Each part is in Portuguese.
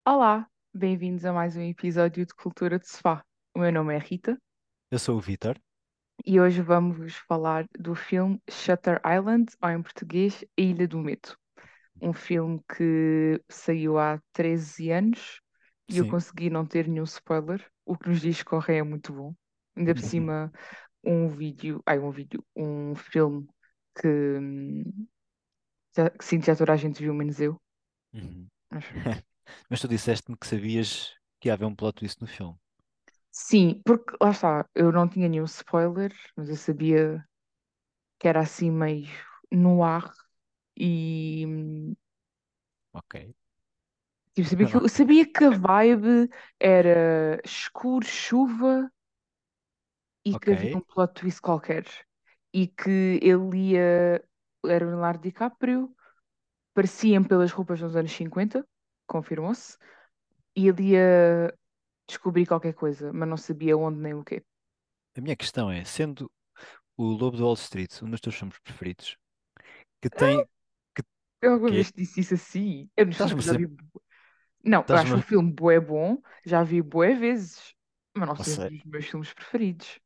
Olá, bem-vindos a mais um episódio de Cultura de Sofá. O meu nome é Rita Eu sou o Vítor. e hoje vamos falar do filme Shutter Island, ou em português, A Ilha do Medo. Um filme que saiu há 13 anos e eu Sim. consegui não ter nenhum spoiler, o que nos diz que corre é muito bom. Ainda por cima, um filme que, que sim, já toda a gente viu, menos eu. Uhum. Mas pronto. Mas tu disseste-me que sabias que ia haver um plot twist no filme. Sim, porque lá está, eu não tinha nenhum spoiler, mas eu sabia que era assim meio no ar e Ok. tipo, eu Ok. sabia que a vibe era escuro, chuva e que havia Ok. um plot twist qualquer e que ele ia, era o Leonardo DiCaprio, pareciam pelas roupas dos anos 50, confirmou-se, e ele ia descobrir qualquer coisa, mas não sabia onde nem o quê. A minha questão é, sendo o Lobo de Wall Street um dos teus filmes preferidos, que Ah, tem... Que, eu alguma que vez disse isso assim? Eu não sei, estás-me já vi. sempre... Não, eu acho o Estás-me... filme bué bom, já vi bué vezes, mas não Não sei um sei. dos meus filmes preferidos.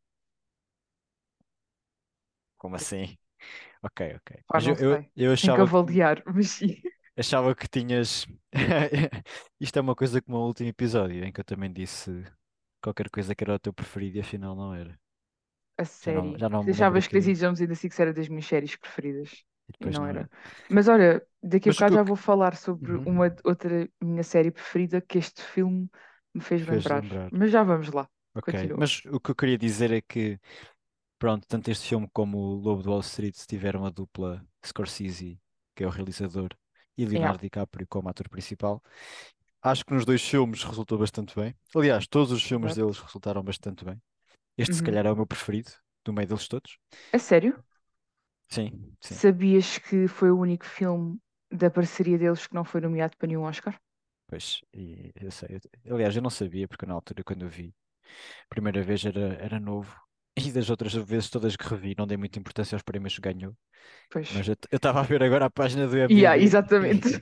Como assim? Ok, ok. Pá, Mas não sei. eu Tenho que achava avaliar, mas sim. achava que tinhas... Isto é uma coisa como o último episódio, em que eu também disse qualquer coisa que era o teu preferido e afinal não era. A série. Já não Tu me lembro achavas que aquilo. Daisy Jones ainda assim que era das minhas séries preferidas. E E depois não não era. era. Mas olha, daqui a Mas o que bocado eu... já vou falar sobre Uhum. uma outra minha série preferida que este filme me fez Fez lembrar. lembrar. Mas já vamos lá. Ok. Continua. Mas o que eu queria dizer é que, pronto, tanto este filme como o Lobo de Wall Street tiveram a dupla Scorsese, que é o realizador, e Yeah. Leonardo DiCaprio como ator principal. Acho que nos dois filmes resultou bastante bem. Aliás, todos os filmes Exato. deles resultaram bastante bem. Este, se Uhum. calhar, é o meu preferido, do meio deles todos. A sério? Sim, sim. Sabias que foi o único filme da parceria deles que não foi nomeado para nenhum Oscar? Pois, e eu sei. Aliás, eu não sabia, porque na altura, quando eu vi, a primeira vez era novo. E das outras vezes todas que revi, não dei muita importância aos prémios que ganhou. Pois. Mas eu estava a ver agora a página do Yeah, IMDb. exatamente.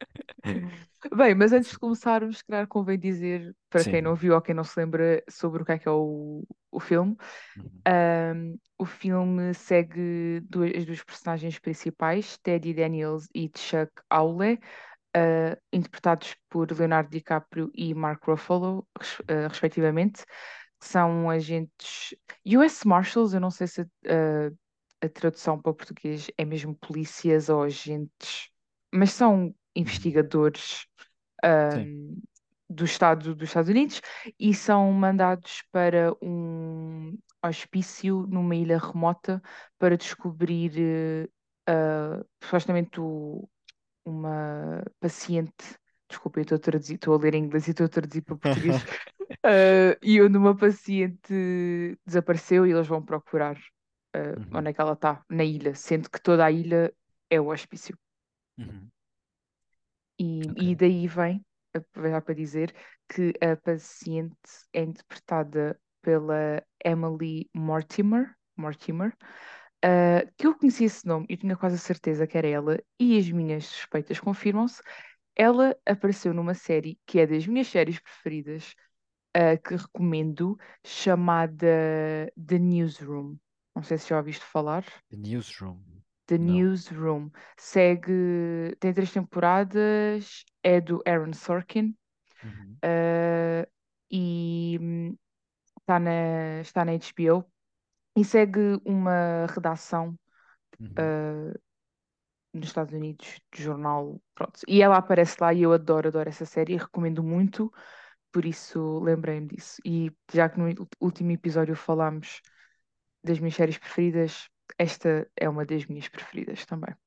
Bem, mas antes de começarmos, se calhar convém dizer, para quem não Sim. viu ou quem não se lembra, sobre o que é o filme. Uhum. O filme segue as duas personagens principais, Teddy Daniels e Chuck Howley, interpretados por Leonardo DiCaprio e Mark Ruffalo, respectivamente, que são agentes US Marshals. Eu não sei se a tradução para o português é mesmo polícias ou agentes, mas são Uhum. investigadores Sim. ahm, dos Estados Unidos e são mandados para um hospício numa ilha remota para descobrir supostamente uma paciente. Desculpa, eu estou a traduzir, estou a ler em inglês e estou a traduzir para português. E onde uma paciente desapareceu e eles vão procurar onde Uhum. é que ela está, na ilha, sendo que toda a ilha é o hospício. Uhum. Ok. E daí vem, aproveitar para dizer, que a paciente é interpretada pela Emily Mortimer, que eu conhecia esse nome e tinha quase a certeza que era ela, e as minhas suspeitas confirmam-se. Ela apareceu numa série que é das minhas séries preferidas, que recomendo, chamada The Newsroom. Não sei se já ouviste falar. The Newsroom. The Não. Newsroom. Tem 3 temporadas, é do Aaron Sorkin, Uhum. uh, e está na HBO e segue uma redação Uhum. uh, nos Estados Unidos de jornal. Pronto. E ela aparece lá e eu adoro essa série e recomendo muito, por isso lembrei-me disso. E já que no último episódio falámos das minhas séries preferidas, esta é uma das minhas preferidas também.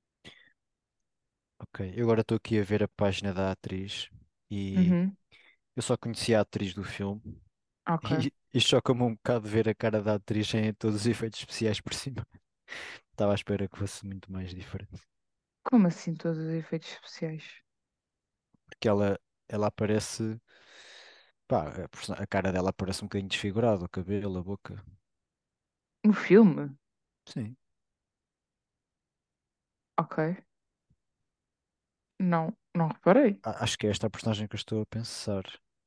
Ok. Eu agora estou aqui a ver a página da atriz e Uhum, eu só conhecia a atriz do filme ok. e choca-me um bocado ver a cara da atriz sem todos os efeitos especiais por cima. Estava à espera que fosse muito mais diferente. Como assim todos os efeitos especiais? Porque ela aparece. Pá, a cara dela parece um bocadinho desfigurada, o cabelo, a boca. No filme? Sim. Ok. Não. Não reparei. Acho que é esta a personagem que eu estou a pensar.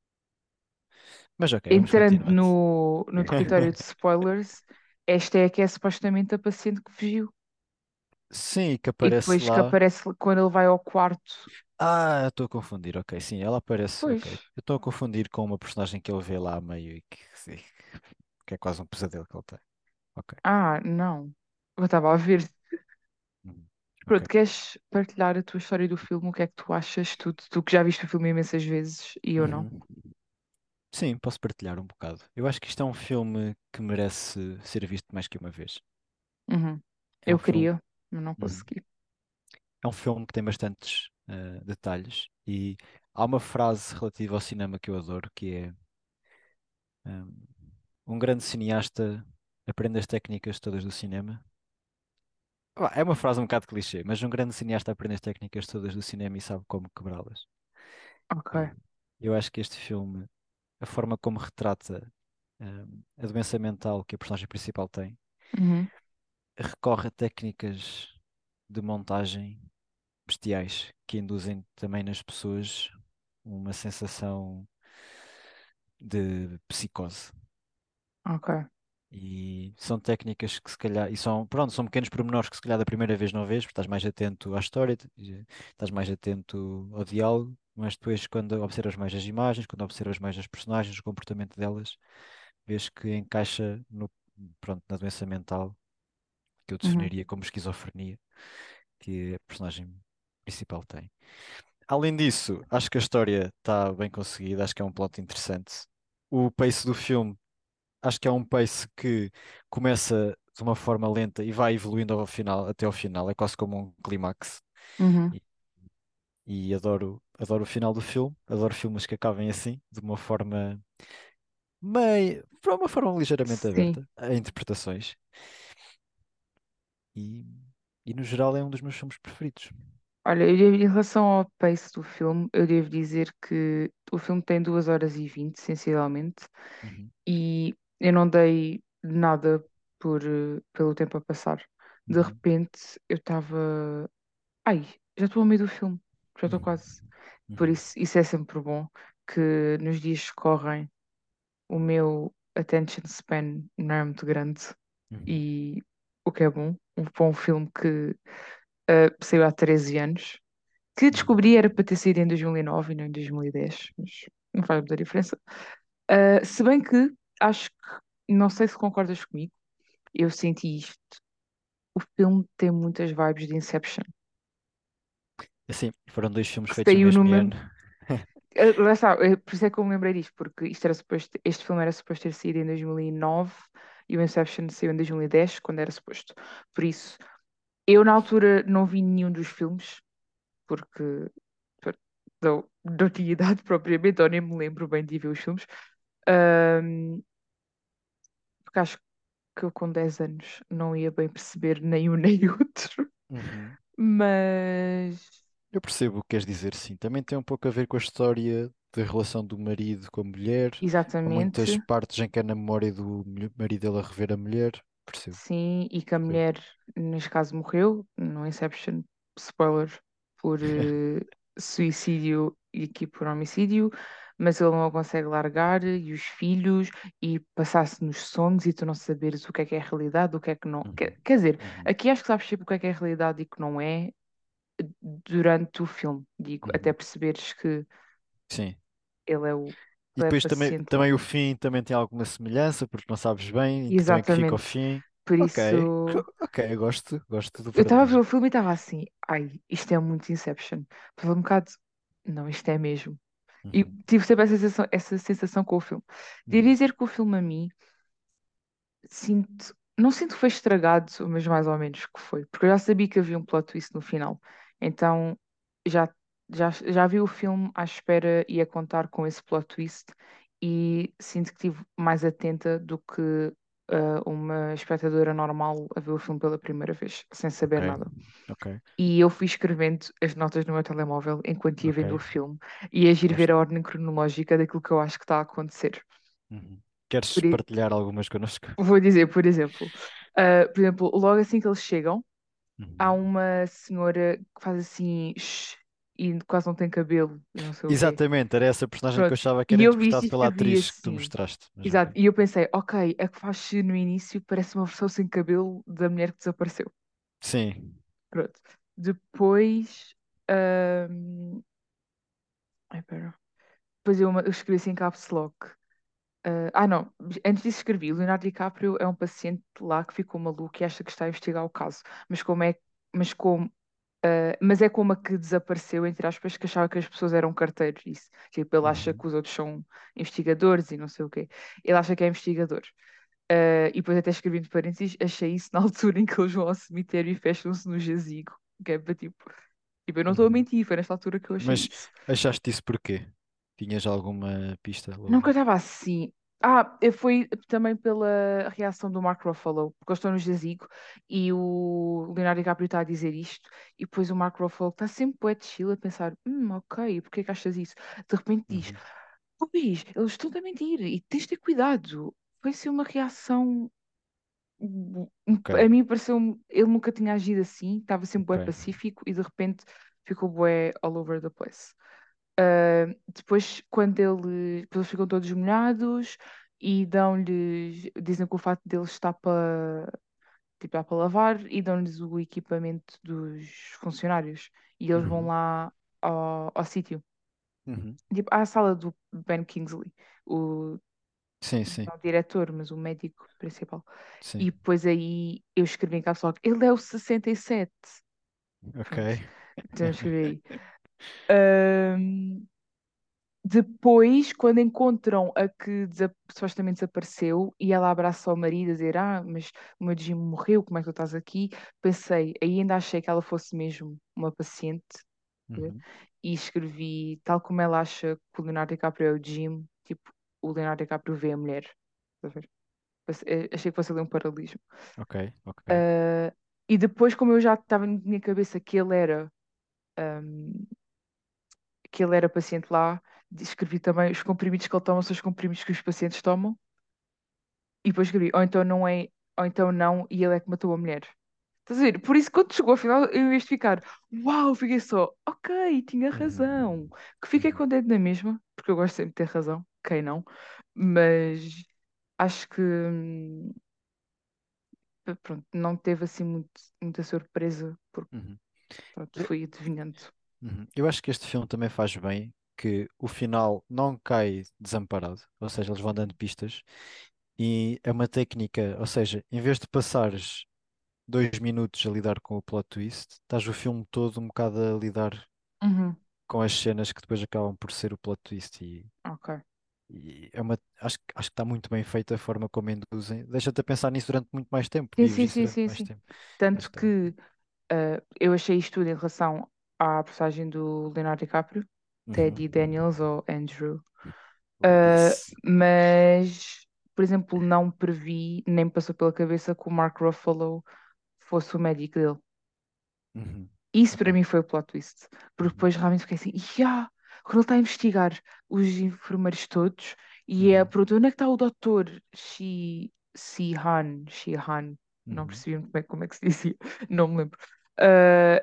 Mas ok, vamos Entrando continuar. no território de spoilers, esta é a que é supostamente a paciente que fugiu. Sim, que E aparece depois que lá. aparece quando ele vai ao quarto. Ah, estou a confundir, ok, sim, ela aparece, Pois. ok. Eu estou a confundir com uma personagem que ele vê lá a meio e que, sim, que é quase um pesadelo que ele tem. Ok. Ah, não. Eu estava a ver. Uhum. Ok. Pronto, queres partilhar a tua história do filme? O que é que tu achas? Tu que já viste o filme imensas vezes e eu não. Uhum. Sim, posso partilhar um bocado. Eu acho que isto é um filme que merece ser visto mais que uma vez. Uhum. É um Eu filme, queria, mas não uhum. consegui. É um filme que tem bastantes detalhes e há uma frase relativa ao cinema que eu adoro, que é hum, um grande cineasta aprende as técnicas todas do cinema. É uma frase um bocado clichê, mas um grande cineasta aprende as técnicas todas do cinema e sabe como quebrá-las. Ok. E eu acho que este filme, a forma como retrata a doença mental que a personagem principal tem, Uhum. recorre a técnicas de montagem bestiais que induzem também nas pessoas uma sensação de psicose. Ok. E são técnicas que se calhar, e são, pronto, são pequenos pormenores que se calhar da primeira vez não vês, porque estás mais atento à história, estás mais atento ao diálogo, mas depois quando observas mais as imagens, quando observas mais as personagens, o comportamento delas, vês que encaixa no, pronto, na doença mental que eu Uhum. definiria como esquizofrenia, que a personagem principal tem. Além disso, acho que a história está bem conseguida, acho que é um plot interessante. O pace do filme, acho que é um pace que começa de uma forma lenta e vai evoluindo ao final, até ao final, é quase como um clímax. Uhum. E, e adoro o final do filme, adoro filmes que acabem assim, de uma forma meio, para uma forma ligeiramente Sim. aberta a interpretações. E, e no geral é um dos meus filmes preferidos. Olha, em relação ao pace do filme, eu devo dizer que o filme tem 2 horas e 20, sensivelmente, Uhum, e eu não dei nada pelo tempo a passar. De uhum, repente, eu estava. Ai, já estou ao meio do filme, já estou uhum, quase. Por uhum, isso é sempre bom que nos dias que correm o meu attention span não é muito grande uhum, e o que é bom, um bom filme que saiu há 13 anos, que uhum. descobri era para ter saído em 2009 e não em 2010, mas não faz muita diferença. Se bem que acho que, não sei se concordas comigo, eu senti isto. O filme tem muitas vibes de Inception. Assim, foram dois filmes feitos no Saiu no mesmo mesmo. ano. Lá está, por isso é que eu me lembrei disto, porque este filme era suposto ter saído em 2009 e o Inception saiu em 2010, quando era suposto. Por isso, eu na altura não vi nenhum dos filmes, porque pá, não tinha idade propriamente, ou nem me lembro bem de ir ver os filmes. Ahm, Porque acho que eu com 10 anos não ia bem perceber nem um nem outro. Uhum. Mas, Eu percebo o que queres dizer, sim. Também tem um pouco a ver com a história da relação do marido com a mulher. Há muitas exatamente, partes em que é na memória do marido dele a rever a mulher. Percebo, sim, e que a percebo. mulher, neste caso, morreu, no Inception, spoiler, por suicídio e aqui por homicídio, mas ele não a consegue largar, e os filhos, e passar-se nos sonhos e tu não saberes o que é realidade, o que é que não. Uhum, Quer dizer, uhum, aqui acho que sabes sempre o que é realidade e o que não é durante o filme, digo, até uhum. perceberes que Sim. ele é o E ele é depois também, paciente lá. também o fim também tem alguma semelhança, porque não sabes bem em que tom é que fica o Exatamente. fim. Por Ok, isso. ok, gosto do Eu estava a ver paralelismo. o filme e estava assim, ai, isto é muito Inception. Estava um bocado, não, isto é mesmo. E Uhum, tive sempre essa sensação com o filme. Devo uhum, dizer que o filme a mim, não sinto que foi estragado, mas mais ou menos que foi, porque eu já sabia que havia um plot twist no final. Então já, já vi o filme à espera e a contar com esse plot twist e sinto que estive mais atenta do que uma espectadora normal a ver o filme pela primeira vez, sem ok, saber nada. ok, E eu fui escrevendo as notas no meu telemóvel enquanto ia ok. vendo o filme e a ir ver Gosto. a ordem cronológica daquilo que eu acho que está a acontecer. Uhum. Queres Por i- partilhar algumas connosco? Vou dizer, por exemplo, logo assim que eles chegam, há Uhum, uma senhora que faz assim "shh", e quase não tem cabelo e não sei o quê. Exatamente, era essa personagem que eu Pronto. achava que E era eu vi isto interpretado e pela escrevi atriz que tu assim. mostraste. Mas Exato. ok. E eu pensei, ok, a que faz-se no início parece uma versão sem cabelo da mulher que desapareceu. Sim. Pronto. Depois. ahm, Ai, pera. Depois eu escrevi assim em caps lock. Não. Antes disso escrevi. Leonardo DiCaprio é um paciente lá que ficou maluco e acha que está a investigar o caso. Mas como é. Mas como. Mas é como a que desapareceu, entre aspas, que achava que as pessoas eram carteiros. Isso. Tipo, ele acha Uhum. que os outros são investigadores e não sei o quê. Ele acha que é investigador. E depois até escrevi entre parênteses, achei isso na altura em que eles vão ao cemitério e fecham-se no jazigo. Que é para tipo, eu não estou a Uhum. mentir, foi nesta altura que eu achei Mas isso. achaste isso porquê? Tinhas alguma pista Não que eu logo? estava assim. Foi também pela reação do Mark Ruffalo, porque eu estou no jazigo e o Leonardo DiCaprio está a dizer isto, e depois o Mark Ruffalo está sempre bué de chill a pensar: ok, porque é que achas isso? De repente diz: Uhum. pois, eles estão a mentir e tens de ter cuidado. Foi assim uma reação. Ok, A mim pareceu ele nunca tinha agido assim, estava sempre bué ok. pacífico e de repente ficou bué all over the place. Depois, depois eles ficam todos molhados e dizem que o fato deles está para tipo, está para lavar e dão-lhes o equipamento dos funcionários e eles vão Uhum. lá ao sítio. Uhum. Tipo, à sala do Ben Kingsley, o, Sim, sim, não o diretor, mas o médico principal. sim. E depois aí eu escrevi em caps lock, ele é o 67. Ok. Pronto, então eu escrevi aí. Ahm, Depois, quando encontram a que supostamente desapareceu e ela abraça o marido a dizer: mas o meu Jim morreu, como é que tu estás aqui? Pensei, aí ainda achei que ela fosse mesmo uma paciente, né? Uhum. E escrevi, tal como ela acha que o Leonardo DiCaprio é o Jim, tipo, o Leonardo DiCaprio vê a mulher. Estás a ver? Achei que fosse ali um paralelismo. Ok, ok. Ah, e depois, como eu já estava na minha cabeça ahm, que ele era paciente lá, escrevi também os comprimidos que ele toma são os comprimidos que os pacientes tomam, e depois escrevi, ou então não é, ou então não, e ele é que matou a mulher. Estás a ver? Por isso, quando chegou ao final, eu em vez de ficar, uau, fiquei só, ok, tinha razão. Uhum. Que fiquei Uhum. contente na mesma, porque eu gosto sempre de ter razão, quem não, mas acho que pronto, não teve assim muita surpresa, porque Uhum. pronto, Eu, fui adivinhando. eu acho que este filme também faz bem que o final não cai desamparado, ou seja, eles vão dando pistas e é uma técnica, ou seja, em vez de passares 2 minutos a lidar com o plot twist, estás o filme todo um bocado a lidar Uhum, com as cenas que depois acabam por ser o plot twist ok. e é uma, acho que está muito bem feita a forma como induzem. Deixa-te a pensar nisso durante muito mais tempo, Sim, vives sim, isso sim, durante sim, mais sim. tempo. Acho Tanto que está muito que bem. eu achei isto tudo em relação à personagem do Leonardo DiCaprio, Uhum. Teddy Daniels ou Andrew. Lewis. Mas, por exemplo, não previ, nem me passou pela cabeça que o Mark Ruffalo fosse o médico dele. Uhum. Isso para Ok. mim foi o plot twist. Porque Uhum. depois realmente fiquei assim, quando ele está a investigar os enfermeiros todos e Uhum. pergunta onde é que está o doutor Shihan, não Uhum. percebi muito bem como é que se dizia, não me lembro. Ah,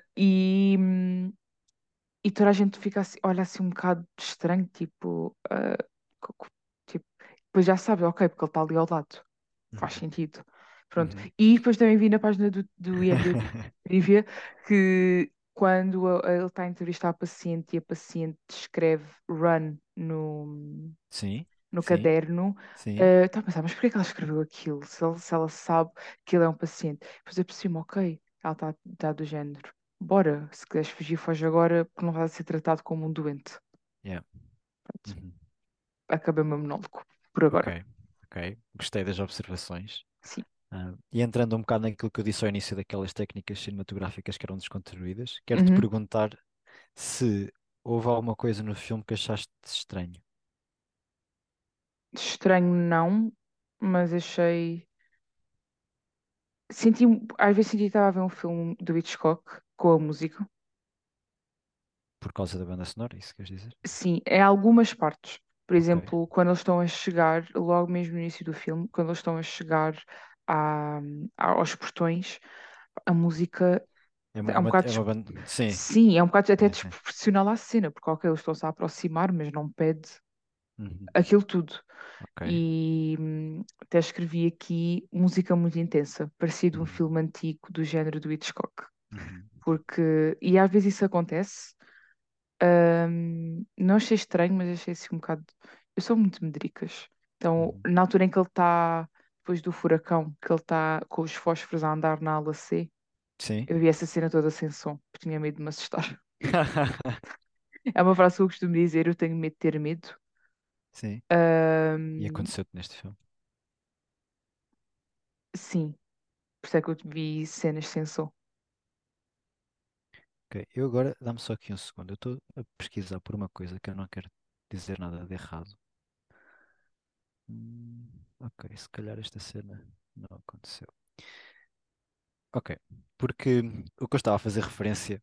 e toda a gente fica assim, olha assim um bocado estranho, tipo, co- co- tipo, depois já sabe, ok, porque ele está ali ao lado, faz Uhum. sentido. Pronto. Uhum. E depois também vi na página do IMDb Trivia que quando ele está a entrevistar a paciente e a paciente escreve run Sim, no sim, caderno, sim. estava a pensar, mas porquê é que ela escreveu aquilo? Se ela sabe que ele é um paciente. Depois eu percebi-me, ok, ela está do género. Bora, se queres fugir, foge agora, porque não vais ser tratado como um doente. Yeah. Pronto, Uhum. acabei o meu monólogo, por Ok, agora. ok. Gostei das observações. Sim. E entrando um bocado naquilo que eu disse ao início daquelas técnicas cinematográficas que eram desconstruídas, quero-te Uhum. perguntar se houve alguma coisa no filme que achaste estranho. Estranho não, mas achei. Às vezes senti que estava a ver um filme do Hitchcock com a música. Por causa da banda sonora, isso queres dizer? Sim, em algumas partes. Por Ok. exemplo, quando eles estão a chegar, logo mesmo no início do filme, quando eles estão a chegar à- aos portões, a música É um bocado, é uma banda. Sim, sim, é um bocado até sim, sim. desproporcional à cena, porque ok, eles estão-se a aproximar, mas não pede Uhum. aquilo tudo. Ok. E até escrevi aqui música muito intensa, parecido um Uhum. filme antigo do género do Hitchcock. Uhum. Porque, e às vezes isso acontece, não achei estranho, mas achei assim um bocado. Eu sou muito medricas. Então, Uhum. na altura em que ele está, depois do furacão, que ele está com os fósforos a andar na ala C, Sim. eu vi essa cena toda sem som, porque tinha medo de me assustar. É uma frase que eu costumo dizer: eu tenho medo de ter medo. Sim. E Ahm, aconteceu-te neste filme. sim, por isso é que eu vi cenas sem som. Ok. Eu agora, dá-me só aqui um segundo. Eu estou a pesquisar por uma coisa que eu não quero dizer nada de errado. Ok, se calhar esta cena não aconteceu. Ok, porque o que eu estava a fazer referência,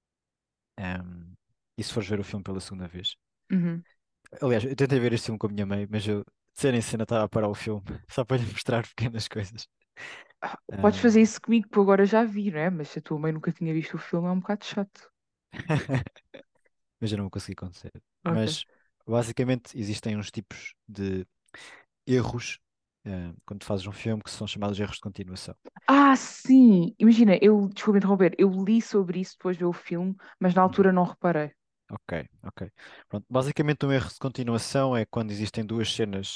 e se fores ver o filme pela segunda vez, Uhum. aliás, eu tentei ver este filme com a minha mãe, mas eu, de cena em cena, estava a parar o filme só para lhe mostrar pequenas coisas. Podes fazer Ahm, isso comigo, porque eu agora já vi, não é? Mas se a tua mãe nunca tinha visto o filme, é um bocado chato. mas eu não consegui acontecer. Ok. Mas basicamente existem uns tipos de erros, quando fazes um filme, que são chamados erros de continuação. Ah, sim! Imagina, desculpa interromper, eu li sobre isso depois do filme, mas na Uhum. altura não reparei. Ok, ok. Pronto, basicamente um erro de continuação é quando existem duas cenas.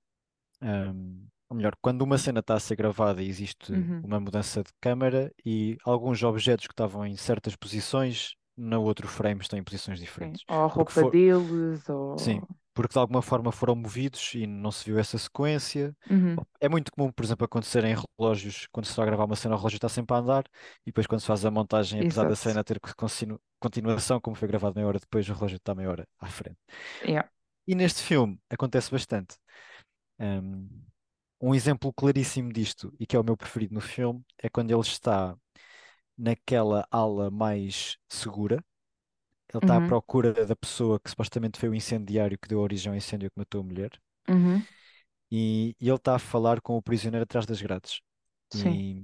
Ou melhor, quando uma cena está a ser gravada e existe Uhum. uma mudança de câmara e alguns objetos que estavam em certas posições, no outro frame estão em posições Sim. diferentes. Ou a Porque roupa for, deles, sim, ou. porque de alguma forma foram movidos e não se viu essa sequência. Uhum. É muito comum, por exemplo, acontecer em relógios, quando se está a gravar uma cena, o relógio está sempre a andar e depois quando se faz a montagem, apesar da Exato. cena ter continuação, como foi gravado meia hora depois, o relógio está meia hora à frente. Yeah. E neste filme acontece bastante. Um, um exemplo claríssimo disto, e que é o meu preferido no filme, é quando ele está naquela ala mais segura. Ele está à Uhum. procura da pessoa que supostamente foi o incendiário que deu origem ao incêndio que matou a mulher. Uhum. E ele está a falar com o prisioneiro atrás das grades. Sim. E,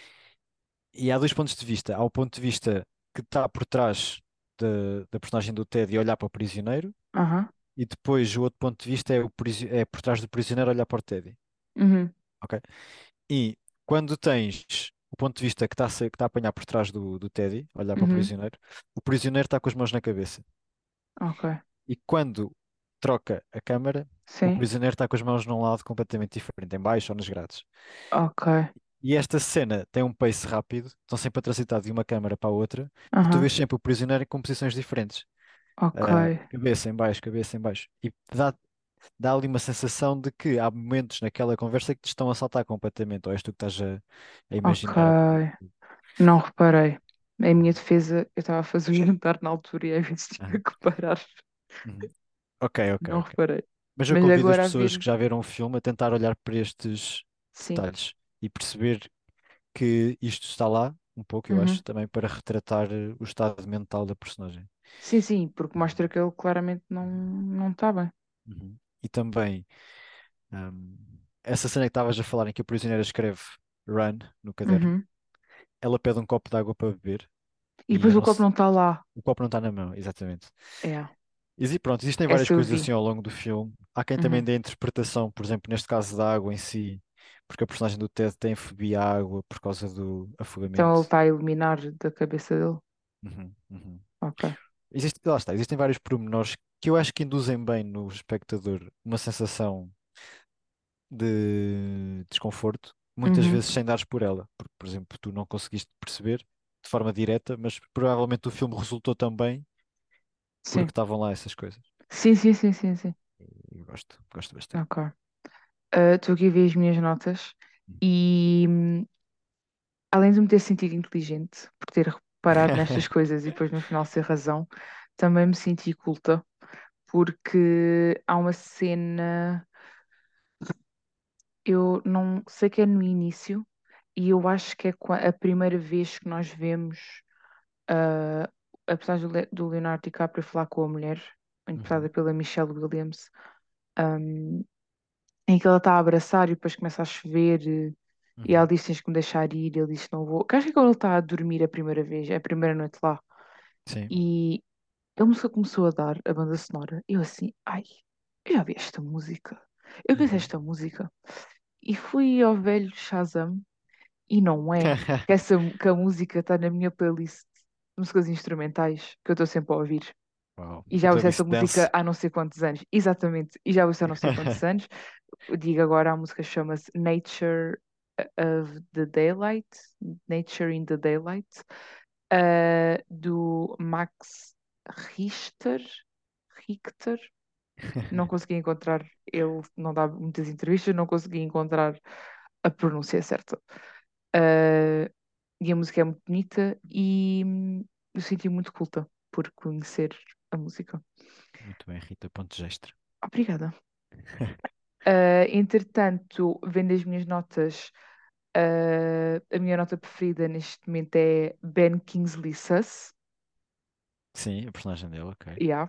e há dois pontos de vista. Há o ponto de vista que está por trás da personagem do Ted e olhar para o prisioneiro. Aham. E depois o outro ponto de vista é, é por trás do prisioneiro olhar para o Teddy. Uhum. Ok? E quando tens o ponto de vista que está que está a apanhar por trás do Teddy, olhar para Uhum. o prisioneiro está com as mãos na cabeça. Ok. E quando troca a câmara, o Sim. prisioneiro está com as mãos num lado completamente diferente, em baixo ou nas grades. Ok. E esta cena tem um pace rápido, estão sempre a transitar de uma câmara para a outra, e tu Aham. vês sempre o prisioneiro com posições diferentes. Ok. Cabeça em baixo, cabeça em baixo. E dá ali uma sensação de que há momentos naquela conversa que te estão a saltar completamente, ou és tu que estás a Ok. imaginar aquilo. Não reparei. Em minha defesa, eu estava a fazer o jantar na altura e às vezes Ah, tinha que parar. uhum. Ok, ok, Não ok. reparei. Mas eu Mas convido as agora a pessoas que ver. já viram o filme a tentar olhar para estes Sim. detalhes e perceber que isto está lá, um pouco, eu Uhum. acho, também para retratar o estado mental da personagem. Sim, sim, porque mostra que ele claramente não está bem. Uhum. E também, hum, essa cena que estavas a falar em que a prisioneira escreve Run no caderno, Uhum. ela pede um copo de água para beber E e depois eu o não copo sei, não está lá. o copo não está na mão, exatamente. É, Pronto, existem várias essa eu coisas vi. assim ao longo do filme. Há quem também Uhum. dê interpretação, por exemplo, neste caso da água em si, porque a personagem do Ted tem fobia à água por causa do Então ele afogamento. está a eliminar da cabeça dele. Uhum, uhum. Ok. Lá está, existem vários pormenores que eu acho que induzem bem no espectador uma sensação de desconforto, muitas Uhum. vezes sem dares por ela, porque, por exemplo, tu não conseguiste perceber de forma direta, mas provavelmente o filme resultou também porque Sim. estavam lá essas coisas. Sim, sim, sim, sim, sim. E eu gosto bastante. Ok. Estou aqui a ver as minhas notas e além de me ter sentido inteligente por ter reparado nestas coisas e depois no final ser razão, também me senti culta porque há uma cena, eu não sei que é no início e eu acho que é a primeira vez que nós vemos ah, a personagem do Leonardo DiCaprio falar com a mulher, interpretada Uhum, pela Michelle Williams, em que ela está a abraçar e depois começa a chover. E ela Uhum. diz: tens que me deixar ir. Ele diz: não vou. Que acho que é quando ele está a dormir a primeira vez, é a primeira noite lá. Sim. E a música começou a dar, a banda sonora. E eu assim: ai, eu já vi esta música. Eu conheço Uhum. esta música. E fui ao velho Shazam. E não é que a música está na minha playlist de músicas instrumentais que eu estou sempre a ouvir. Uau. E A já ouço essa playlist música dance. há não sei quantos anos. Exatamente. E já ouço há não sei quantos anos. Eu digo agora, a música chama-se Nature of the Daylight. Nature in the Daylight. Do Max Richter. Richter. Não consegui encontrar. Ele não dá muitas entrevistas, não consegui encontrar a pronúncia certa. Uh, e a música é muito bonita e eu senti muito culta por conhecer a música. Muito bem, Rita Pontegestre. Obrigada. Entretanto, vendo as minhas notas, a minha nota preferida neste momento é Ben Kingsley Sus. Sim, a personagem dele, ok. Yeah.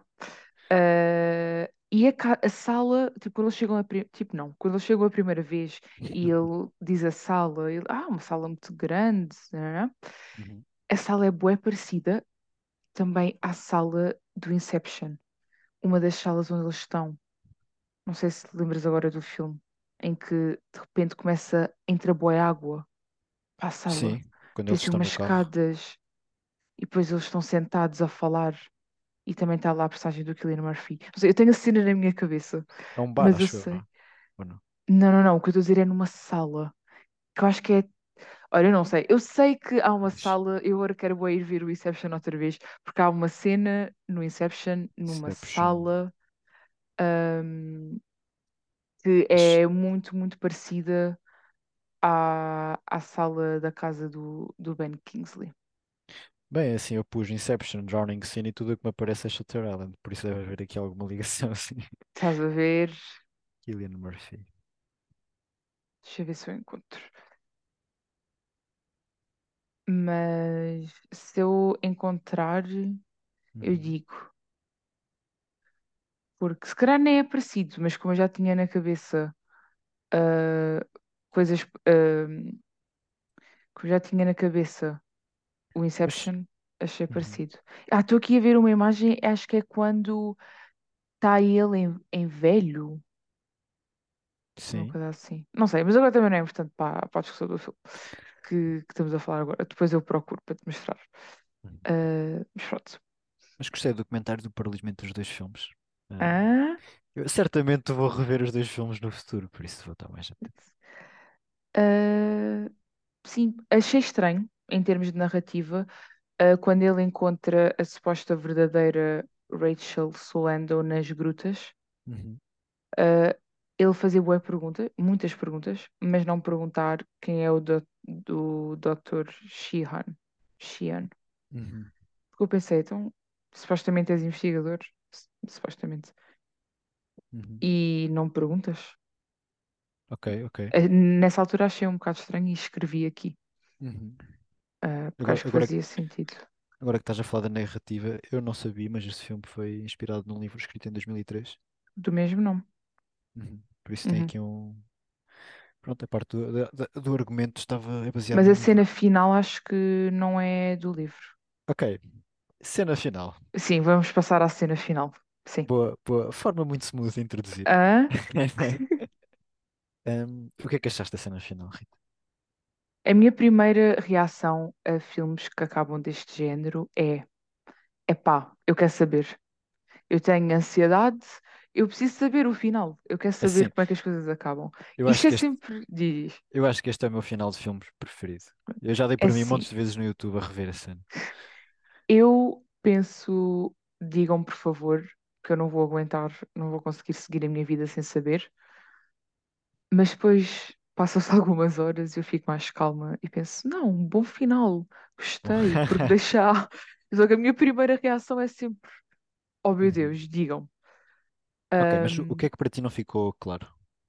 E a sala, tipo, quando eles chegam tipo, não, quando eles chegam a primeira vez e ele diz a sala, uma sala muito grande, né? Uhum. A sala é bué parecida também à sala do Inception, uma das salas onde eles estão. Não sei se te lembras agora do filme, em que de repente começa a entrar bué água para a sala. Sim, quando Tem eles assim estão umas no carro. escadas e depois eles estão sentados a falar e também está lá a personagem do Cillian Murphy. Não sei, eu tenho a cena na minha cabeça, É um bar, mas eu acho eu, sei. não? Ou não? Não, não, não, o que eu estou a dizer é numa sala, que eu acho que é. Olha, eu não sei. Eu sei que há uma Pois. sala, eu agora quero bué ir ver o Inception outra vez, porque há uma cena no Inception, numa Inception. sala, ahm, que Mas, é muito, muito parecida à sala da casa do Ben Kingsley. bem, assim, eu pus Inception, Drowning Scene e tudo o que me aparece é Shutter Island. Por isso deve haver aqui alguma ligação, assim. Estás a ver? Cillian Murphy. Deixa eu ver se eu encontro. Mas se eu encontrar, eu Uhum. digo. Porque se calhar nem é parecido, mas como eu já tinha na cabeça ah, coisas. Como eu já tinha na cabeça o Mas, Inception, achei uhum. parecido. Estou aqui a ver uma imagem, acho que é quando está ele em velho, uma Sim. coisa assim. Não sei, mas agora também não é importante para a discussão do filme que estamos a falar agora. Depois eu procuro para te mostrar. Uhum. Mas pronto. Mas gostei do documentário do paralelismo entre os dois filmes. Ah, Ah, eu certamente vou rever os dois filmes no futuro, por isso vou estar mais atento. ah, sim, achei estranho em termos de narrativa, quando ele encontra a suposta verdadeira Rachel Solando nas grutas. Uhum. Ele fazia boas perguntas, muitas perguntas, mas não perguntar quem é do Dr. Sheehan. Sheehan. Uhum. Porque eu pensei, então, supostamente és investigador, supostamente, Uhum. e não perguntas? Ok, ok. Nessa altura achei um bocado estranho e escrevi aqui, Uhum. porque Agora, acho que agora, fazia sentido. agora que estás a falar da narrativa, eu não sabia, mas este filme foi inspirado num livro escrito em 2003. Do mesmo nome. Uhum. Por isso tem Uhum. aqui um. Pronto, a parte do argumento estava é baseado Mas a num livro. cena final acho que não é do livro. Ok, cena final. Sim, vamos passar à cena final. Sim. Boa, boa. Forma muito smooth de introduzir. Ah, O que é que achaste da cena final, Rita? a minha primeira reação a filmes que acabam deste género é: epá, eu quero saber. Eu tenho ansiedade, eu preciso saber o final. Eu quero saber Assim, como é que as coisas acabam. eu Isto acho é que este, sempre. Diz. eu acho que este é o meu final de filmes preferido. Eu já dei É por mim assim. montes de vezes no YouTube a rever a cena. Eu penso. Digam, por favor, que eu não vou aguentar, não vou conseguir seguir a minha vida sem saber. Mas depois passam-se algumas horas e eu fico mais calma e penso: não, um bom final. Bom. Gostei, porque deixar. Só que a minha primeira reação é sempre: oh meu Uhum. Deus, digam. Ok, mas o que é que para ti não ficou claro?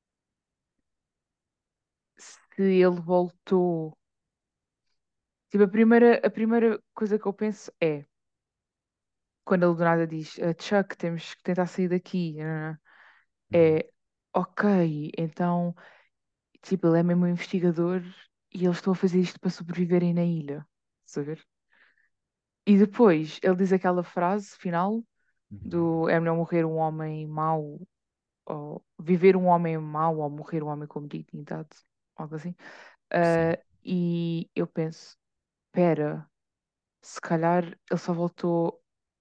Se ele voltou. Tipo, a primeira coisa que eu penso é quando ele do nada diz: Chuck, temos que tentar sair daqui. Uhum. É ok, então tipo, ele é mesmo um investigador e eles estão a fazer isto para sobreviverem na ilha. Saber? E depois ele diz aquela frase final Uhum. do é melhor morrer um homem mau, ou viver um homem mau, ou morrer um homem com dignidade, algo assim. Sim. E eu penso, espera, se calhar ele só voltou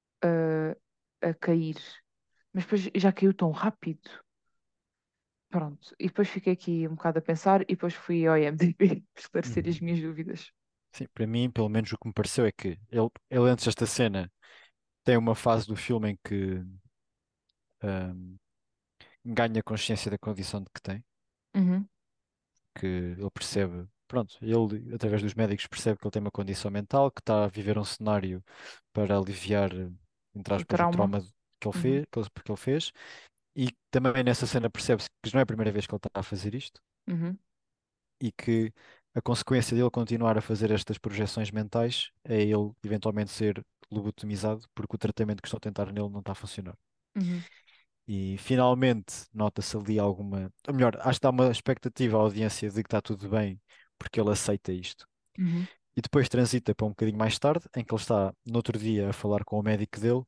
a cair, mas depois já caiu tão rápido. Pronto, e depois fiquei aqui um bocado a pensar e depois fui ao IMDb esclarecer as Uhum. minhas dúvidas. Sim, para mim, pelo menos o que me pareceu é que ele antes desta cena tem uma fase do filme em que ahm, ganha consciência da condição de que tem, Uhum. que ele percebe, pronto, ele através dos médicos percebe que ele tem uma condição mental, que está a viver um cenário para aliviar, entre O aspas, o trauma. trauma que ele Uhum. fez, que ele fez, e também nessa cena percebe-se que não é a primeira vez que ele está a fazer isto, Uhum. e que a consequência dele continuar a fazer estas projeções mentais é ele eventualmente ser lobotomizado porque o tratamento que estão a tentar nele não está a funcionar. Uhum. E finalmente nota-se ali alguma. Ou melhor, acho que dá uma expectativa à audiência de que está tudo bem porque ele aceita isto. Uhum. E depois transita para um bocadinho mais tarde, em que ele está no outro dia a falar com o médico dele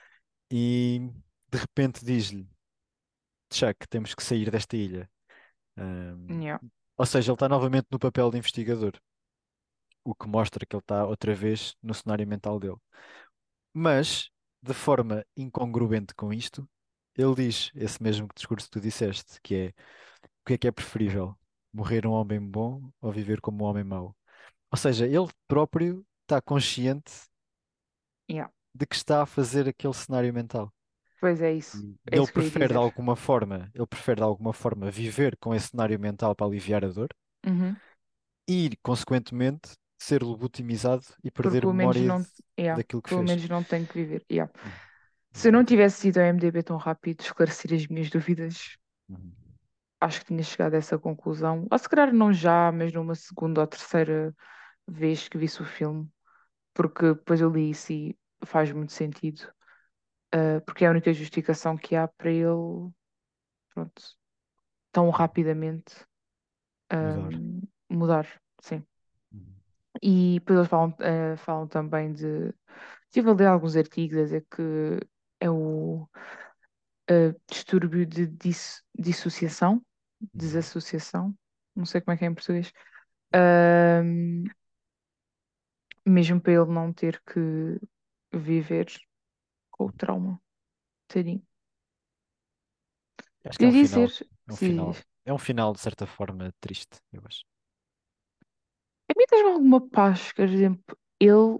e de repente diz-lhe: Chuck, temos que sair desta ilha. Ahm, Yeah. ou seja, ele está novamente no papel de investigador, o que mostra que ele está outra vez no cenário mental dele. Mas, de forma incongruente com isto, ele diz esse mesmo discurso que tu disseste, que é o que é preferível? Morrer um homem bom ou viver como um homem mau? Ou seja, ele próprio está consciente Yeah. de que está a fazer aquele cenário mental. Pois é isso. E É ele isso que eu ia prefere de dizer. alguma forma, ele prefere de alguma forma viver com esse cenário mental para aliviar a dor Uhum. e, consequentemente, ser lobotomizado e Porque perder a pelo menos memória não, yeah, daquilo que pelo fez. menos não tenho que viver. Yeah. Uhum. Se eu não Exatamente. tivesse ido ao MDB tão rápido esclarecer as minhas dúvidas, Uhum. acho que tinha chegado a essa conclusão. Ou se calhar não já, mas numa segunda ou terceira vez que visse o filme, porque depois eu li isso e faz muito sentido. Porque é a única justificação que há para ele, pronto, tão Uhum. rapidamente Mudar. mudar, sim. Uhum. E depois eles falam também de. Estive a ler alguns artigos a dizer que é o distúrbio de dissociação, Uhum. desassociação, não sei como é que é em português, Ahm, mesmo para ele não ter que viver com o trauma, tadinho. Acho que Queria dizer, se é um final de certa forma triste, eu acho. a mim tens alguma paz, por exemplo, ele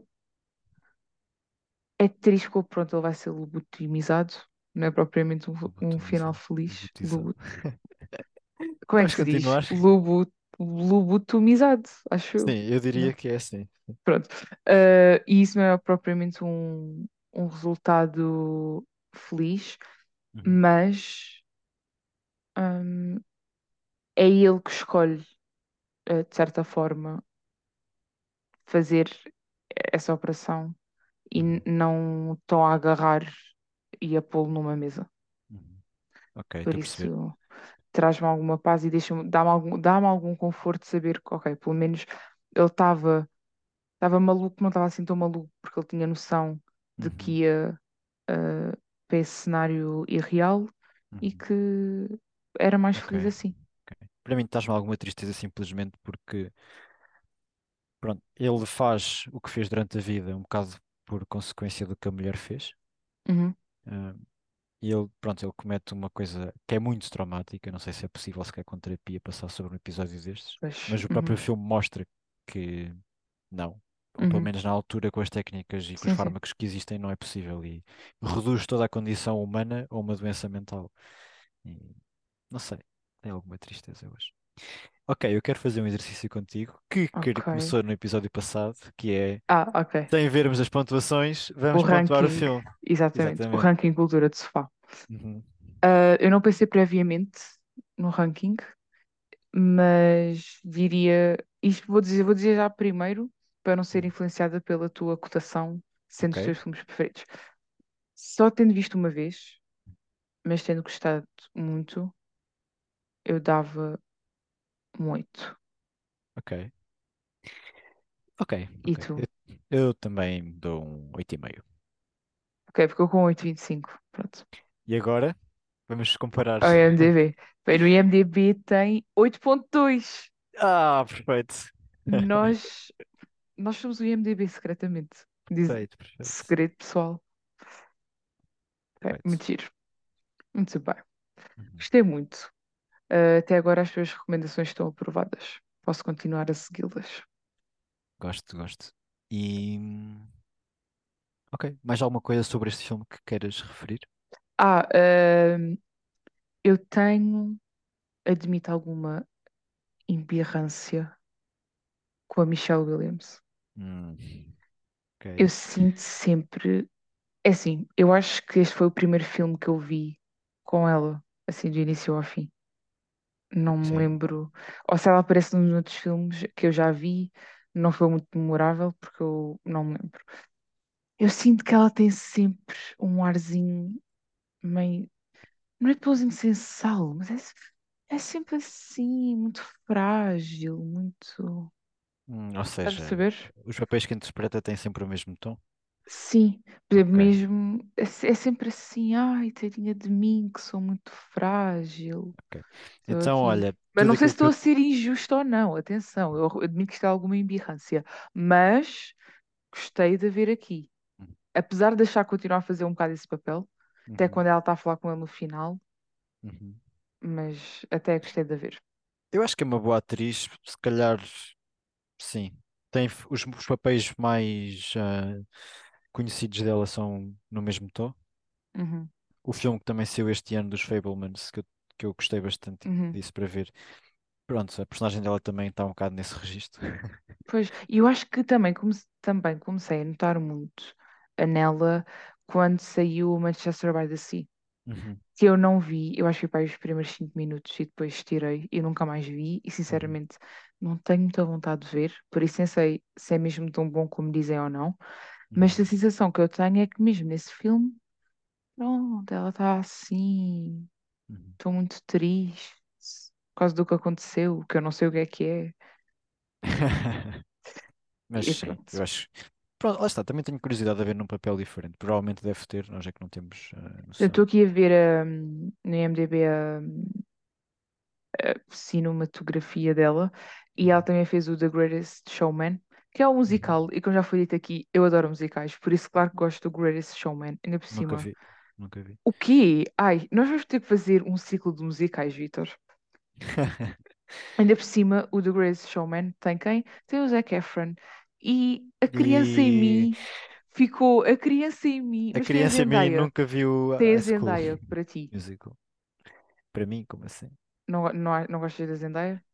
é triste porque pronto, ele vai ser lobotomizado, não é propriamente um final Lobotomizado, feliz. lobotizado. Como é que Vais se diz? continuar? Lobotomizado, acho Sim, eu. eu Né? diria que é assim. Pronto. E isso não é propriamente um resultado feliz, Uhum. mas hum, é ele que escolhe, de certa forma, fazer essa operação e Uhum. não estão a agarrar e a pô-lo numa mesa. Uhum. Ok, Por estou a perceber. isso, traz-me alguma paz e dá-me algum conforto de saber que, ok, pelo menos ele estava maluco, não estava assim tão maluco, porque ele tinha noção de Uhum. que ia para esse cenário irreal e Uhum. que era mais Ok, feliz assim. ok. Para mim estás-me alguma tristeza simplesmente porque, pronto, ele faz o que fez durante a vida um bocado por consequência do que a mulher fez. Uhum. Ah, e ele, pronto, ele comete uma coisa que é muito traumática. Não sei se é possível sequer com terapia passar sobre um episódio destes, Pois, mas o próprio uhum, filme mostra que não. Ou pelo uhum. menos na altura, com as técnicas e com os Sim, sim. fármacos que existem, não é possível. E reduz toda a condição humana a uma doença mental. E, não sei, tem alguma tristeza, eu acho. Ok, eu quero fazer um exercício contigo que Ok. começou no episódio passado, que é, Ah, ok. sem vermos as pontuações, O vamos pontuar o ranking, filme. exatamente, o Exatamente. ranking cultura de sofá. Uhum. Eu não pensei previamente no ranking, mas diria, isto vou dizer já primeiro, para não ser Uhum. influenciada pela tua cotação, sendo Ok. os teus filmes preferidos. Só tendo visto uma vez, mas tendo gostado muito, eu dava. muito. Ok, ok, E ok. tu? Eu também dou um 8,5. Ok, ficou com 8,25. Pronto. E agora, vamos comparar. O IMDb. Bem, no IMDb tem 8,2. Ah, perfeito. Nós, nós somos o IMDb secretamente. Diz Perfeito, perfeito, segredo pessoal. Ok, perfeito. muito giro. Muito bem. Uhum. Gostei muito. Até agora as tuas recomendações estão aprovadas. Posso continuar a segui-las. Gosto, gosto. E, ok, mais alguma coisa sobre este filme que queiras referir? Ah, eu tenho, admito alguma embirrância com a Michelle Williams. Hum, Eu ok, sinto sempre. É assim, eu acho que este foi o primeiro filme que eu vi com ela, assim, do início ao fim. Não me sim. lembro. Ou se ela aparece nos outros filmes que eu já vi, não foi muito memorável, porque eu não me lembro. Eu sinto que ela tem sempre um arzinho meio. Não é de pousinho sem sal, mas é sempre assim, muito frágil, muito. Ou Estás a seja, saber? os papéis que interpreta têm sempre o mesmo tom? Sim, por exemplo, Ok, mesmo. É sempre assim, ai, tadinha de mim, que sou muito frágil. ok. Estou Então, aqui. olha, Mas tudo não sei aquilo se que estou eu. a ser injusta ou não, atenção, eu admito que isto é alguma embirrância, mas gostei de ver aqui. Apesar de achar que continuar a fazer um bocado esse papel, até Uhum, quando ela está a falar com ele no final, uhum. mas até gostei de ver. Eu acho que é uma boa atriz, se calhar, sim. Tem os papéis mais conhecidos dela são no mesmo tom. Uhum, O filme que também saiu este ano dos Fabelmans, que eu gostei bastante uhum. disso para ver. Pronto, a personagem dela também está um bocado nesse registro. Pois, e eu acho que também comecei a notar muito a nela quando saiu o Manchester by the Sea, Uhum, que eu não vi, eu acho que vi para aí os primeiros 5 minutos e depois tirei e nunca mais vi, e uhum, sinceramente não tenho muita vontade de ver, por isso nem sei se é mesmo tão bom como dizem ou não, mas a uhum. sensação que eu tenho é que mesmo nesse filme, pronto, ela está assim, Uhum. estou muito triste por causa do que aconteceu, que eu não sei o que é, Mas e sim, pronto. eu acho. Pronto, lá está, também tenho curiosidade de ver num papel diferente. Provavelmente deve ter, nós é que não temos Eu noção. estou aqui a ver no IMDb a cinematografia dela e ela Uhum, também fez o The Greatest Showman, que é um musical, uhum. e como já foi dito aqui, eu adoro musicais, por isso, claro que gosto do Greatest Showman, ainda por Nunca cima. vi, nunca vi. O quê? Ai, nós vamos ter que fazer um ciclo de musicais, Vitor. Ainda por cima, o The Greatest Showman tem quem? Tem o Zac Efron. E a criança em E mim ficou a criança em mim, a mas tem a criança em mim Zendaya. nunca viu Tem a a School Zendaya para ti. Musical. Para mim, como assim? Não, não, não gostas da Zendaya?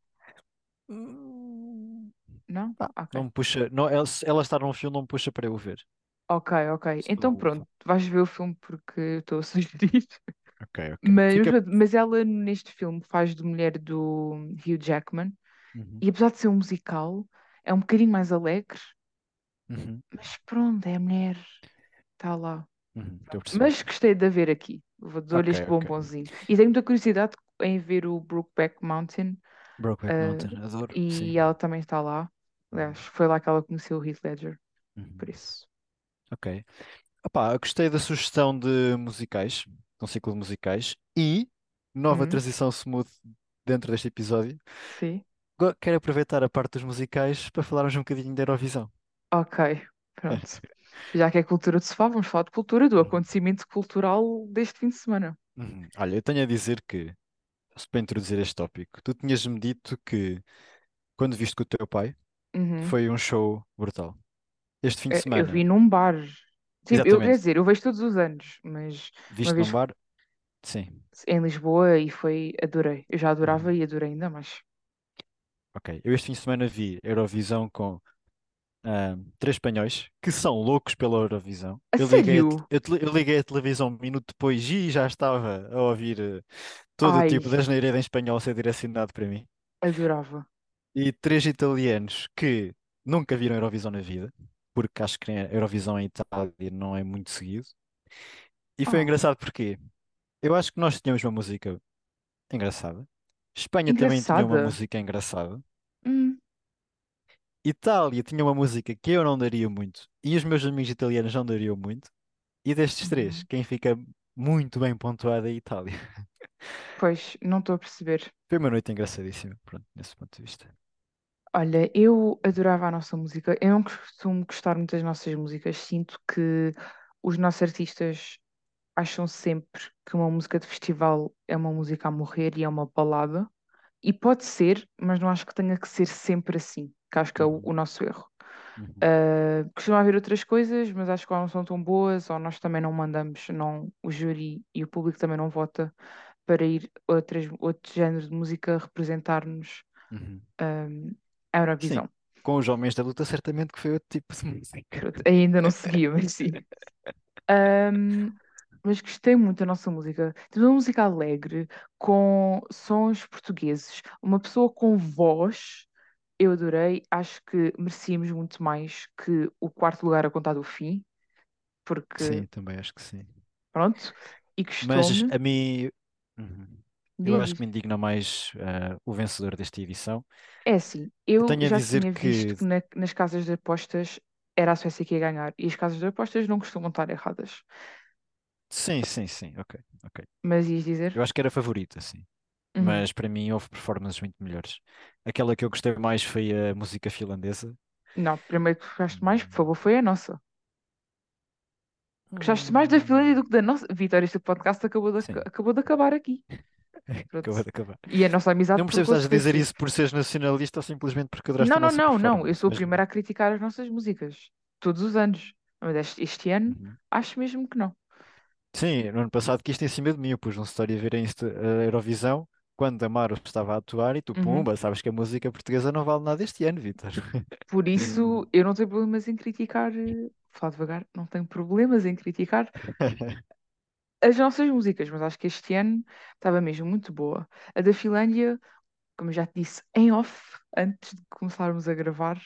Hum, Não? pá, Ok. não me puxa. Não, ela estar num filme não me puxa para eu ver. Ok, ok. Então Sou pronto, fã. vais ver o filme porque eu estou a sugerir. Ok, ok. Mas, Fica. mas ela neste filme faz de mulher do Hugh Jackman Uhum, e apesar de ser um musical, é um bocadinho mais alegre, uhum, mas pronto, é a mulher, está lá. estou a perceber. Mas gostei de a ver aqui. Vou dar Ok, este ok. bombonzinho. E tenho muita curiosidade em ver o Brokeback Mountain, Brokeback eh, Mountain, adoro, sim. e ela também está lá. Aliás, Uhum, foi lá que ela conheceu o Heath Ledger, por uhum. isso. Ok. Opá, eu gostei da sugestão de musicais, de um ciclo de musicais e nova Hum, transição smooth dentro deste episódio. sim. Quero aproveitar a parte dos musicais para falarmos um bocadinho da Eurovisão. Ok, pronto. Já que é cultura de sofá, vamos falar de cultura, do Uhum. acontecimento cultural deste fim de semana. Uhum. Olha, eu tenho a dizer que, só para introduzir este tópico, tu tinhas-me dito que quando viste com o teu pai Uhum. foi um show brutal. Este fim de Eu vi semana, num bar. Tipo, eu quer exatamente, dizer, eu vejo todos os anos, mas uma viste num vez bar? Sim. em Lisboa e foi, adorei. Eu já Uhum. adorava e adorei ainda mais. Ok, eu este fim de semana vi Eurovisão com três espanhóis que são loucos pela Eurovisão. A sério? Eu liguei a televisão um minuto depois e já estava a ouvir todo o Ai, tipo de asneira em espanhol ser direcionado para mim. adorava. E três italianos que nunca viram Eurovisão na vida, porque acho que a Eurovisão em Itália não é muito seguido. E foi Oh, engraçado porque eu acho que nós tínhamos uma música engraçada. Espanha também tinha uma Engraçada. música engraçada. Hum, Itália tinha uma música que eu não daria muito e os meus amigos italianos não dariam muito. E destes três, uhum. quem fica muito bem pontuado é a Itália. Pois, não estou a perceber. Foi uma noite engraçadíssima, pronto, nesse ponto de vista. Olha, eu adorava a nossa música. Eu não costumo gostar muito das nossas músicas. Sinto que os nossos artistas acham sempre que uma música de festival é uma música a morrer e é uma balada. E pode ser, mas não acho que tenha que ser sempre assim, que acho que é o Uhum, nosso erro. uhum, Costuma haver outras coisas, mas acho que ou não são tão boas, ou nós também não mandamos, não, o júri e o público também não vota para ir outro género de música representar-nos, uhum. um, a Sim, Eurovisão. com os Homens da Luta certamente que foi outro tipo de música. Pronto, ainda não seguia, mas sim. Um, mas gostei muito da nossa música. Temos uma música alegre, com sons portugueses, uma pessoa com voz. Eu adorei, acho que merecíamos muito mais que o quarto lugar a contar do fim, porque, Sim, também acho que sim. pronto, e Mas gostou-me. a mim, uhum, eu Diz, acho que diz. me indigna mais o vencedor desta edição. É assim, Eu eu tenho a já dizer tinha visto que que nas casas de apostas era a Suécia que ia ganhar, e as casas de apostas não costumam estar erradas. sim, sim, sim, ok, ok. Mas ias dizer? Eu acho que era favorita, sim. Uhum. Mas para mim houve performances muito melhores. Aquela que eu gostei mais foi a música finlandesa. Não, primeiro que gostaste mais, por favor, Hum, foi a nossa. Gostaste mais da Finlândia hum, do que da nossa. Vitória, este podcast sim, acabou de acabar aqui. acabou Pronto. de acabar. E a nossa amizade Não por percebo se estás a dizer consequência. isso por seres nacionalista ou simplesmente porque adoraste Não, a não, nossa não, não. Eu performance. sou a Mas primeira a criticar as nossas músicas. Todos os anos. Mas este ano, uhum. acho mesmo que não. Sim, no ano passado que isto em cima de mim, eu pus um story a ver a Eurovisão quando a Maro estava a atuar e tu, Uhum. pumba, sabes que a música portuguesa não vale nada este ano, Vitor. Por isso, eu não tenho problemas em criticar. Falar devagar, não tenho problemas em criticar as nossas músicas, mas acho que este ano estava mesmo muito boa. A da Finlândia, como eu já te disse, em off, antes de começarmos a gravar,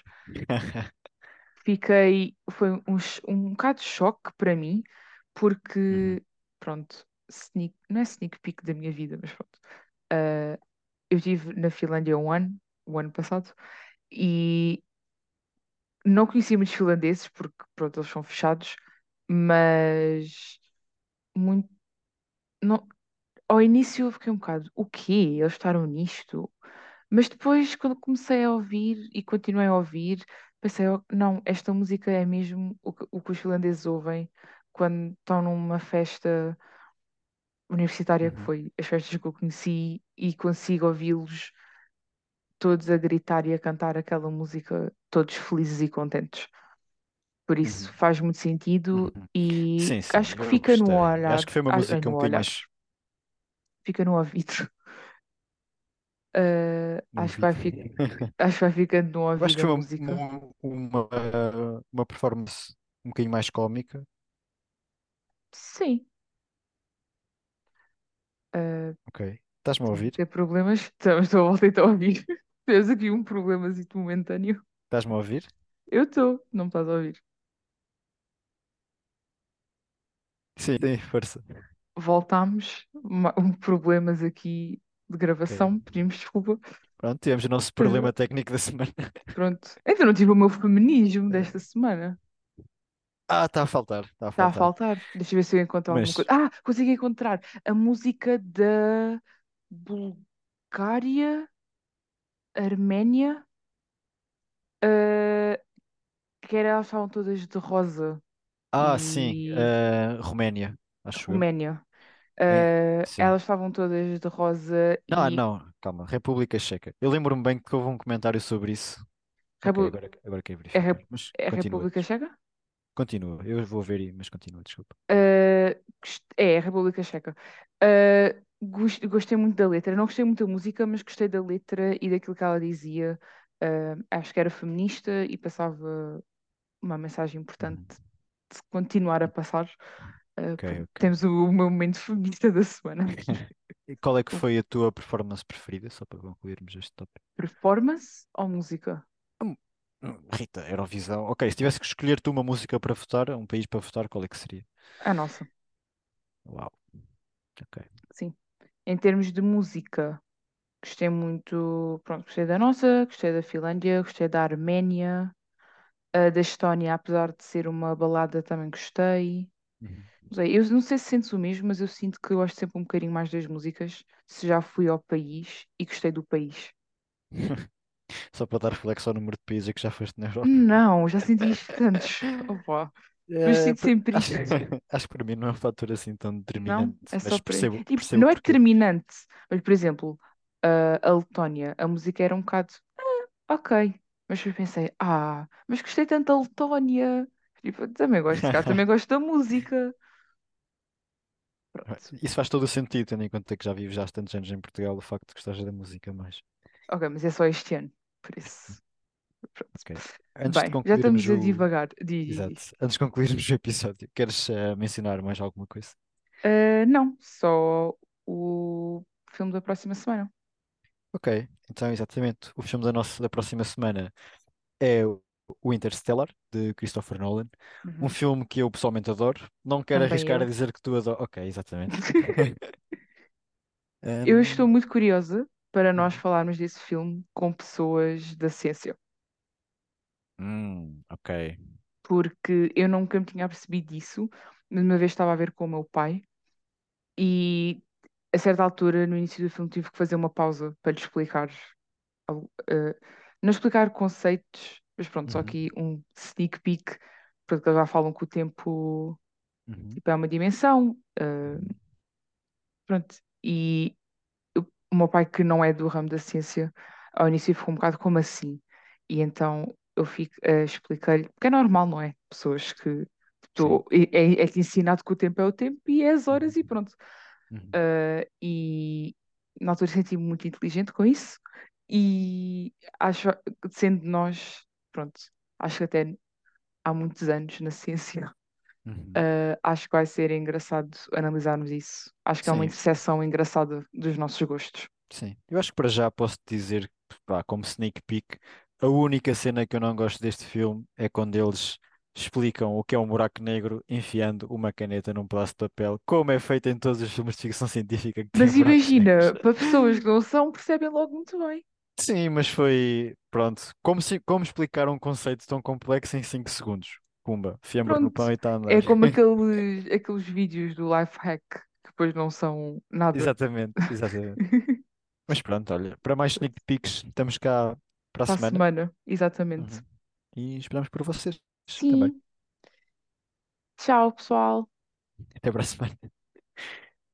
foi um bocado de choque para mim, Uhum, porque, pronto, não é sneak peek da minha vida, mas pronto. Ah, eu estive na Finlândia o ano passado, e não conhecia muitos finlandeses, porque, pronto, eles são fechados, mas muito, não, ao início eu fiquei um bocado, o quê? Eles estaram nisto? Mas depois, quando comecei a ouvir e continuei a ouvir, pensei, "Oh, não, esta música é mesmo o que os finlandeses ouvem quando estão numa festa universitária, que uhum, foi as festas que eu conheci, e consigo ouvi-los todos a gritar e a cantar aquela música, todos felizes e contentes. Por isso uhum, faz muito sentido uhum. e Sim, sim, acho que eu fica no gostei. olhar, Acho que foi uma ai, música um no bocadinho olhar, mais fica no ouvido. no Acho que vai, ouvido. acho que vai ficando no Eu acho ouvido que a foi música. uma performance um bocadinho mais cómica. Sim. Uh, Ok. Estás-me a Sim, ouvir? ter problemas. Estou a voltar a ouvir. Temos aqui um problemazito momentâneo. Estás-me a ouvir? Eu estou, não me estás a ouvir. Sim, tem força. Voltámos, problemas aqui de Ok. gravação, pedimos desculpa. Pronto, tivemos o nosso Pois é, problema técnico da semana. pronto. Ainda não tive o meu feminismo desta semana. Está a faltar, está a Está a faltar. faltar. Deixa eu ver se eu encontro alguma coisa. Mas, Ah, consegui encontrar a música da Bulgária, Arménia, uh, que era, elas estavam todas de rosa. sim, E Roménia, acho eu. Roménia. Sim. Elas estavam todas de rosa Não, e não, calma, República Checa. Eu lembro-me bem que houve um comentário sobre isso. Ok, Repu- agora quero é, verificar. Mas é continua, República Checa? continua. Eu vou ver, mas continua, desculpa. É a República Checa. Gostei muito da letra. Não gostei muito da música, mas gostei da letra e daquilo que ela dizia. Acho que era feminista e passava uma mensagem importante Uhum. de se continuar a passar. Ok, Pronto, ok. temos o meu momento feminista da semana aqui. E qual é que O foi a tua performance preferida, só para concluirmos este tópico? Performance ou música? Hum, Rita, Eurovisão. Ok, se tivesse que escolher tu uma música para votar, um país para votar, qual é que seria? A nossa, Uau, ok. sim. Em termos de música. Gostei muito, pronto, gostei da nossa, gostei da Finlândia, gostei da Arménia, da Estónia, apesar de ser uma balada, também gostei. Uhum. Não sei, eu não sei se sentes o mesmo, mas eu sinto que eu gosto sempre um bocadinho mais das músicas, se já fui ao país e gostei do país. Só para dar reflexo ao número de países que já foste na Europa. Não, já senti isto tantos. Opa, mas É, sinto sempre acho, isto. acho que para mim não é um fator assim tão Não, determinante, é só mas para aí. percebo, Tipo, percebo o não é porquê. determinante, mas por exemplo, a Letónia, a música era um bocado ok. Mas depois pensei, mas gostei tanto da Letónia. Tipo, também gosto, se calhar também gosto da música. Pronto. Isso faz todo o sentido, tendo em conta que já vives já há tantos anos em Portugal, o facto de gostares da música mais. Ok, mas é só este ano. Por isso, pronto. Ok. Antes de Bem, já concluirmos estamos a o. divagar. Exato. Diz. Antes de concluirmos o episódio, queres mencionar mais alguma coisa? Não, só o filme da próxima semana. Ok, então exatamente. O filme da próxima semana é o Interstellar, de Christopher Nolan. Um Uhum. filme que eu pessoalmente adoro. Não quero Também arriscar a eu. dizer que tu adoras. Ok, exatamente. Eu estou Hum, muito curiosa para nós uhum. falarmos desse filme com pessoas da ciência, Ok. porque eu nunca me tinha percebido disso, mas uma vez estava a ver com o meu pai e a certa altura, no início do filme, tive que fazer uma pausa para lhe explicar, não explicar conceitos, mas pronto, só Uhum, aqui um sneak peek, porque eles já falam que o tempo uhum, tipo, é uma dimensão, uhum. pronto, e o meu pai, que não é do ramo da ciência, ao início ficou um bocado como assim. E então eu fico, expliquei-lhe, porque é normal, não é? Pessoas que Sim. é-te ensinado que o tempo é o tempo e é as horas e Uhum, pronto. uhum. E na altura senti-me muito inteligente com isso e acho, sendo nós, pronto, acho que até há muitos anos na ciência, Uhum. acho que vai ser engraçado analisarmos isso. Acho que é uma Sim, interseção engraçada dos nossos gostos. sim. Eu acho que para já posso dizer, pá, como sneak peek, a única cena que eu não gosto deste filme é quando eles explicam o que é um buraco negro enfiando uma caneta num pedaço de papel, como é feito em todos os filmes de ficção científica que têm Mas buracos negros. imagina, para pessoas que não são, percebem logo muito bem. Sim, mas foi, pronto, como explicar um conceito tão complexo em 5 segundos? Pumba, fiambre no Pronto, pão e está a é andar. como aqueles vídeos do life hack que depois não são nada. Exatamente, exatamente. Mas pronto, olha, para mais sneak peeks, estamos cá para a Para a semana. semana, exatamente. Uhum. E esperamos por vocês também. Sim, tchau, pessoal. Até para a semana.